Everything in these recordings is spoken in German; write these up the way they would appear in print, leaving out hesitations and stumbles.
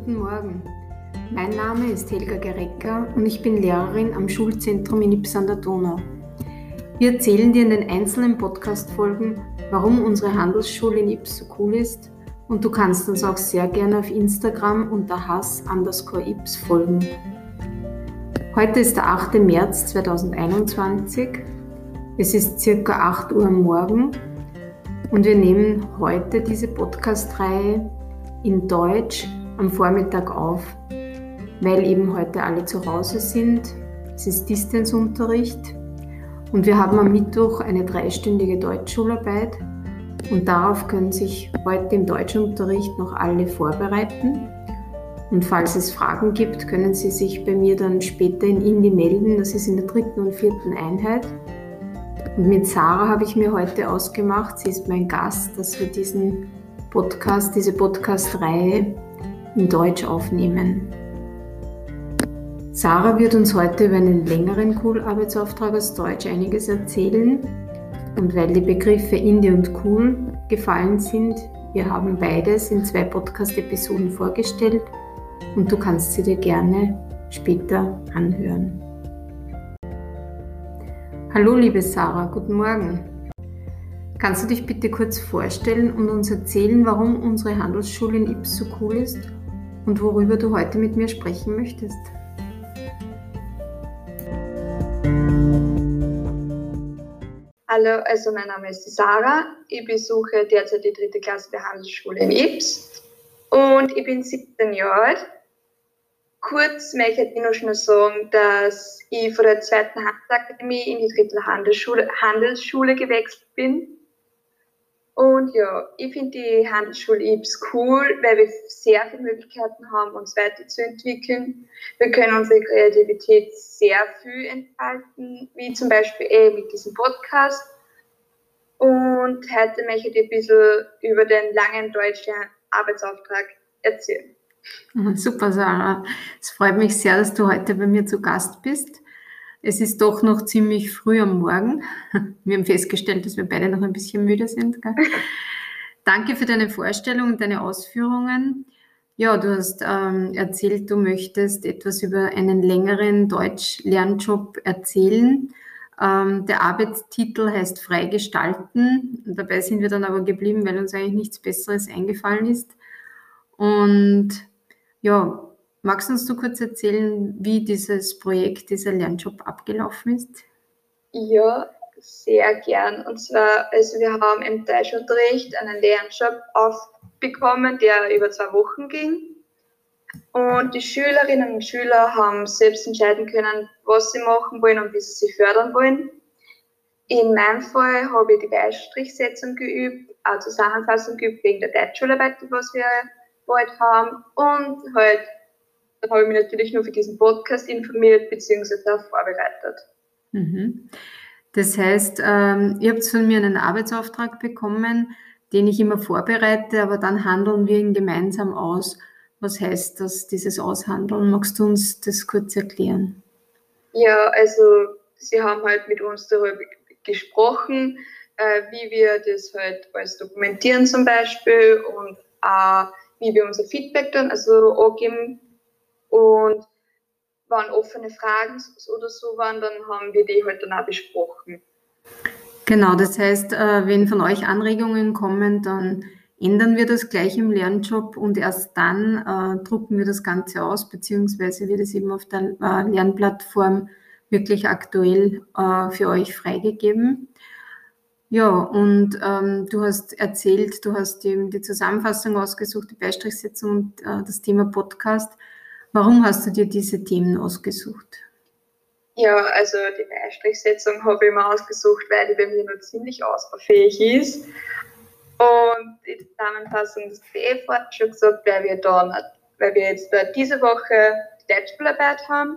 Guten Morgen. Mein Name ist Helga Gerecker und ich bin Lehrerin am Schulzentrum in Ybbs an der Donau. Wir erzählen dir in den einzelnen Podcast-Folgen, warum unsere Handelsschule in Ybbs so cool ist, und du kannst uns auch sehr gerne auf Instagram unter Hass_Ybbs folgen. Heute ist der 8. März 2021. Es ist circa 8 Uhr am Morgen und wir nehmen heute diese Podcast-Reihe in Deutsch am Vormittag auf, weil eben heute alle zu Hause sind. Es ist Distanzunterricht und wir haben am Mittwoch eine 3-stündige Deutschschularbeit und darauf können sich heute im Deutschunterricht noch alle vorbereiten. Und falls es Fragen gibt, können Sie sich bei mir dann später in Indie melden. Das ist in der 3. und 4. Einheit. Und mit Sarah habe ich mir heute ausgemacht, sie ist mein Gast, dass wir diese Podcast-Reihe in Deutsch aufnehmen. Sarah wird uns heute über einen längeren Cool-Arbeitsauftrag aus Deutsch einiges erzählen. Und weil die Begriffe Indie und Cool gefallen sind, wir haben beides in 2 Podcast-Episoden vorgestellt und du kannst sie dir gerne später anhören. Hallo liebe Sarah, guten Morgen. Kannst du dich bitte kurz vorstellen und uns erzählen, warum unsere Handelsschule in Ybbs so cool ist und worüber du heute mit mir sprechen möchtest? Hallo, also mein Name ist Sarah. Ich besuche derzeit die 3. Klasse der Handelsschule in Ybbs und ich bin 17 Jahre alt. Kurz möchte ich noch schnell sagen, dass ich von der 2. Handelsakademie in die 3. Handelsschule gewechselt bin. Und ja, ich finde die Handelsschule Ybbs cool, weil wir sehr viele Möglichkeiten haben, uns weiterzuentwickeln. Wir können unsere Kreativität sehr viel entfalten, wie zum Beispiel mit diesem Podcast. Und heute möchte ich ein bisschen über den langen deutschen Arbeitsauftrag erzählen. Super, Sarah. Es freut mich sehr, dass du heute bei mir zu Gast bist. Es ist doch noch ziemlich früh am Morgen. Wir haben festgestellt, dass wir beide noch ein bisschen müde sind. Gell? Danke für deine Vorstellung und deine Ausführungen. Ja, du hast erzählt, du möchtest etwas über einen längeren Deutsch-Lernjob erzählen. Der Arbeitstitel heißt Frei gestalten. Dabei sind wir dann aber geblieben, weil uns eigentlich nichts Besseres eingefallen ist. Und ja, magst du uns so kurz erzählen, wie dieses Projekt, dieser Lernjob abgelaufen ist? Ja, sehr gern. Und zwar, also wir haben im Deutschunterricht einen Lernjob aufbekommen, der über 2 Wochen ging. Und die Schülerinnen und Schüler haben selbst entscheiden können, was sie machen wollen und wie sie sich fördern wollen. In meinem Fall habe ich die Beistrichsetzung geübt, auch Zusammenfassung geübt wegen der Deutschschularbeit, was wir bald haben. Und halt, dann habe ich mich natürlich nur für diesen Podcast informiert bzw. vorbereitet. Mhm. Das heißt, ihr habt von mir einen Arbeitsauftrag bekommen, den ich immer vorbereite, aber dann handeln wir ihn gemeinsam aus. Was heißt das, dieses Aushandeln? Magst du uns das kurz erklären? Ja, also sie haben halt mit uns darüber gesprochen, wie wir das halt alles dokumentieren zum Beispiel und wie wir unser Feedback dann angeben. Und wenn offene Fragen oder so waren, dann haben wir die halt dann auch besprochen. Genau, das heißt, wenn von euch Anregungen kommen, dann ändern wir das gleich im Lernjob und erst dann drucken wir das Ganze aus, beziehungsweise wird es eben auf der Lernplattform wirklich aktuell für euch freigegeben. Ja, und du hast erzählt, du hast eben die Zusammenfassung ausgesucht, die Beistrichsetzung und das Thema Podcast. Warum hast du dir diese Themen ausgesucht? Ja, also die Beistrichsetzung habe ich mir ausgesucht, weil die bei mir noch ziemlich ausbaufähig ist. Und die Zusammenfassung, das habe ich vorhin schon gesagt, weil wir jetzt diese Woche die Deutschschularbeit haben.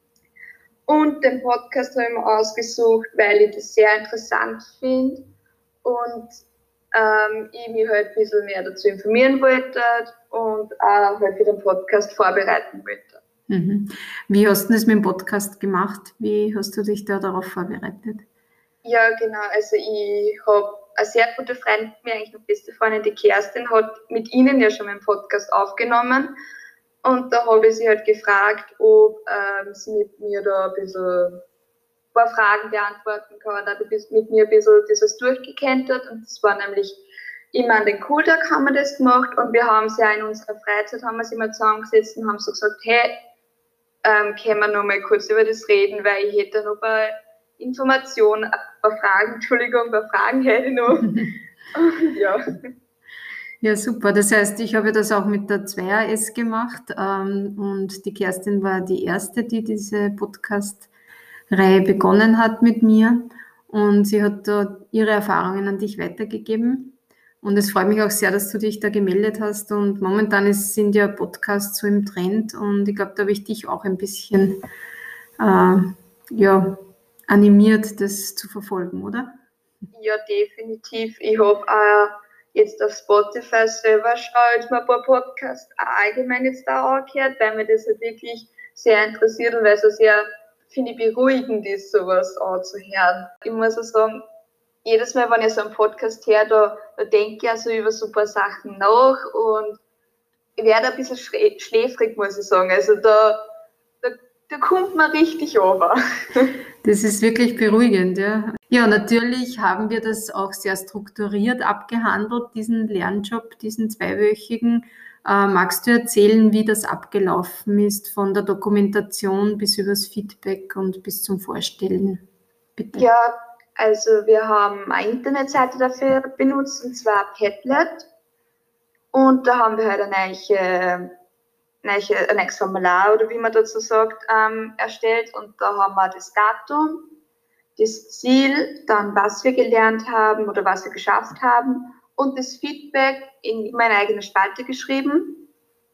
Und den Podcast habe ich mir ausgesucht, weil ich das sehr interessant finde und ich mich halt ein bisschen mehr dazu informieren wollte und auch halt für den Podcast vorbereiten wollte. Mhm. Wie hast du das mit dem Podcast gemacht? Wie hast du dich da darauf vorbereitet? Ja, genau. Also ich habe eine sehr gute Freundin, mir eigentlich eine beste Freundin, die Kerstin, hat mit Ihnen ja schon meinen Podcast aufgenommen. Und da habe ich sie halt gefragt, ob sie mit mir da ein bisschen ein paar Fragen beantworten kann. Da habe ich mit mir ein bisschen dieses durchgekentert. Und das war nämlich immer an den Cooltag haben wir das gemacht. Und wir haben sie ja in unserer Freizeit haben wir sie mal zusammengesetzt und haben so gesagt, hey, können wir noch mal kurz über das reden, weil ich hätte noch ein paar Informationen, ein paar Fragen hätte ich noch. Ja. Ja, super. Das heißt, ich habe das auch mit der 2AS gemacht und die Kerstin war die erste, die diese Podcast-Reihe begonnen hat mit mir und sie hat da ihre Erfahrungen an dich weitergegeben. Und es freut mich auch sehr, dass du dich da gemeldet hast und momentan sind ja Podcasts so im Trend und ich glaube, da habe ich dich auch ein bisschen ja, animiert, das zu verfolgen, oder? Ja, definitiv. Ich habe jetzt auf Spotify selber schaue ich mir ein paar Podcasts allgemein jetzt da angehört, weil mir das halt wirklich sehr interessiert und weil es so sehr, finde ich, beruhigend ist, sowas anzuhören. Ich muss auch sagen, jedes Mal, wenn ich so einen Podcast höre, da denke ich also über so ein paar Sachen nach und ich werde ein bisschen schläfrig, muss ich sagen. Also da kommt man richtig runter. Das ist wirklich beruhigend, ja. Ja, natürlich haben wir das auch sehr strukturiert abgehandelt, diesen Lernjob, diesen zweiwöchigen. Magst du erzählen, wie das abgelaufen ist, von der Dokumentation bis übers Feedback und bis zum Vorstellen? Bitte. Ja, also wir haben eine Internetseite dafür benutzt, und zwar Padlet. Und da haben wir halt ein neues Formular, oder wie man dazu sagt, erstellt. Und da haben wir das Datum, das Ziel, dann was wir gelernt haben oder was wir geschafft haben und das Feedback in meine eigene Spalte geschrieben.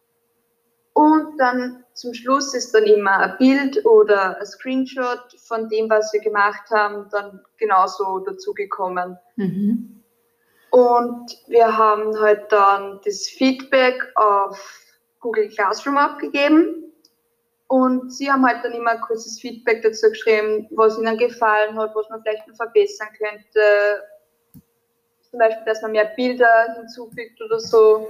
Und dann zum Schluss ist dann immer ein Bild oder ein Screenshot von dem, was wir gemacht haben, dann genauso dazugekommen. Mhm. Und wir haben halt dann das Feedback auf Google Classroom abgegeben. Und sie haben halt dann immer ein kurzes Feedback dazu geschrieben, was ihnen gefallen hat, was man vielleicht noch verbessern könnte. Zum Beispiel, dass man mehr Bilder hinzufügt oder so.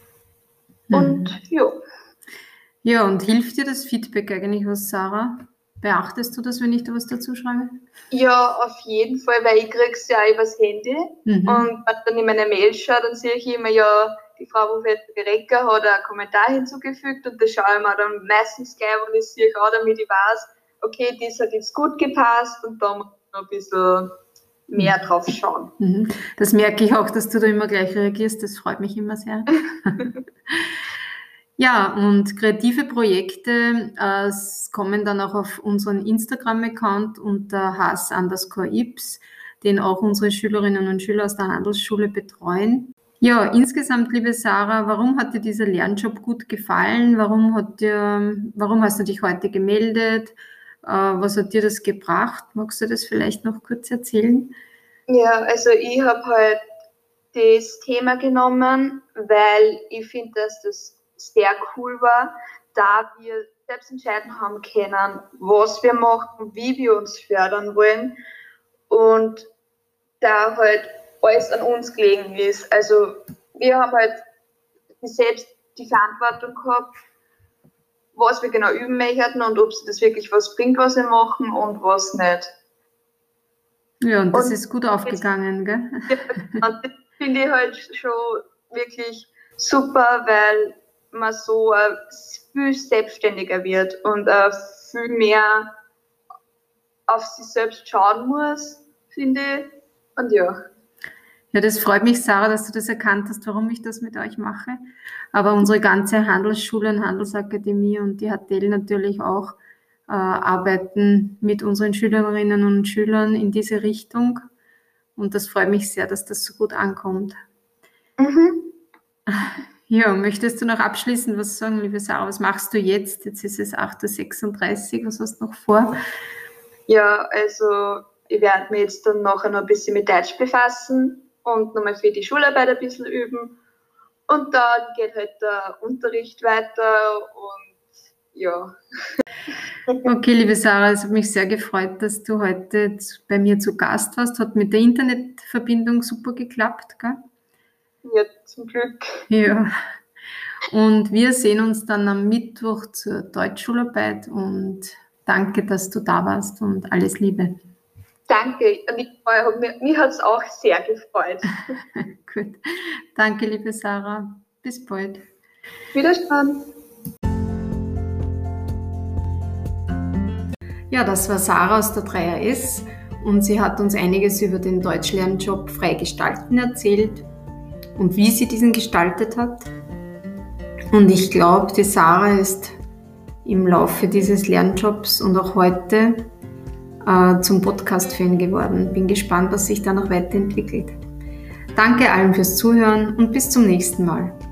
Und ja. Ja, und hilft dir das Feedback eigentlich was, Sarah? Beachtest du das, wenn ich da was dazu schreibe? Ja, auf jeden Fall, weil ich kriege es ja auch übers Handy. Und wenn ich dann in meine Mail schaue, dann sehe ich immer, ja, die Frau Professor Recker hat einen Kommentar hinzugefügt und das schaue ich mir dann meistens gleich, und ich sehe auch, damit ich weiß, okay, das hat jetzt gut gepasst und da muss ich noch ein bisschen mehr drauf schauen. Das merke ich auch, dass du da immer gleich reagierst, das freut mich immer sehr. Ja, und kreative Projekte kommen dann auch auf unseren Instagram-Account unter Haas_Ips, den auch unsere Schülerinnen und Schüler aus der Handelsschule betreuen. Ja, insgesamt, liebe Sarah, warum hat dir dieser Lernjob gut gefallen? Warum hast du dich heute gemeldet? Was hat dir das gebracht? Magst du das vielleicht noch kurz erzählen? Ja, also ich habe halt das Thema genommen, weil ich finde, dass das sehr cool war, da wir selbst entscheiden haben können, was wir machen, wie wir uns fördern wollen und da halt alles an uns gelegen ist. Also wir haben halt selbst die Verantwortung gehabt, was wir genau üben möchten und ob es das wirklich was bringt, was wir machen und was nicht. Ja, und das ist gut aufgegangen, gell? Ja, das finde ich halt schon wirklich super, weil man so viel selbstständiger wird und viel mehr auf sich selbst schauen muss, finde ich. Und ja. Ja, das freut mich, Sarah, dass du das erkannt hast, warum ich das mit euch mache. Aber unsere ganze Handelsschule und Handelsakademie und die HTL natürlich auch arbeiten mit unseren Schülerinnen und Schülern in diese Richtung. Und das freut mich sehr, dass das so gut ankommt. Ja, möchtest du noch abschließend was sagen, liebe Sarah? Was machst du jetzt? Jetzt ist es 8:36 Uhr. Was hast du noch vor? Ja, also ich werde mich jetzt dann nachher noch ein bisschen mit Deutsch befassen und nochmal für die Schularbeit ein bisschen üben. Und dann geht halt der Unterricht weiter und ja. Okay, liebe Sarah, es hat mich sehr gefreut, dass du heute bei mir zu Gast warst. Hat mit der Internetverbindung super geklappt, gell? Ja, zum Glück. Ja. Und wir sehen uns dann am Mittwoch zur Deutschschularbeit und danke, dass du da warst und alles Liebe. Danke, mich hat es auch sehr gefreut. Gut. Danke, liebe Sarah. Bis bald. Wiederschauen. Ja, das war Sarah aus der 3AS und sie hat uns einiges über den Deutschlernjob Freigestalten erzählt und wie sie diesen gestaltet hat. Und ich glaube, die Sarah ist im Laufe dieses Lernjobs und auch heute zum Podcast-Fan geworden. Bin gespannt, was sich da noch weiterentwickelt. Danke allen fürs Zuhören und bis zum nächsten Mal.